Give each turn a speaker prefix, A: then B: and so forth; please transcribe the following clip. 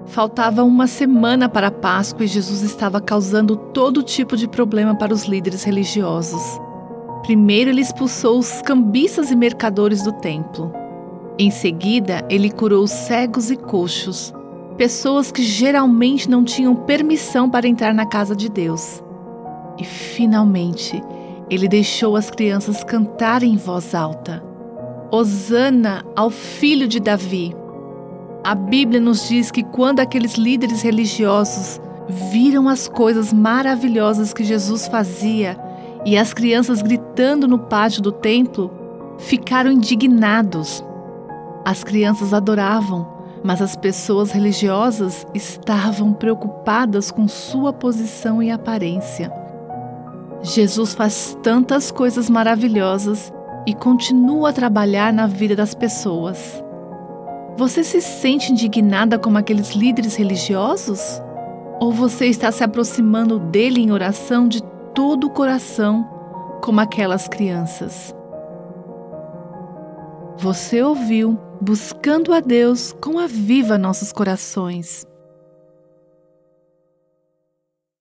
A: Faltava uma semana para a Páscoa e Jesus estava causando todo tipo de problema para os líderes religiosos. Primeiro, ele expulsou os cambistas e mercadores do templo. Em seguida, ele curou cegos e coxos, pessoas que geralmente não tinham permissão para entrar na casa de Deus. E, finalmente, ele deixou as crianças cantarem em voz alta: Hosana ao filho de Davi. A Bíblia nos diz que quando aqueles líderes religiosos viram as coisas maravilhosas que Jesus fazia e as crianças gritando no pátio do templo, ficaram indignados. As crianças adoravam, mas as pessoas religiosas estavam preocupadas com sua posição e aparência. Jesus faz tantas coisas maravilhosas e continua a trabalhar na vida das pessoas. Você se sente indignada como aqueles líderes religiosos? Ou você está se aproximando dele em oração de todo o coração, como aquelas crianças? Você ouviu Buscando a Deus com Aviva Nossos Corações.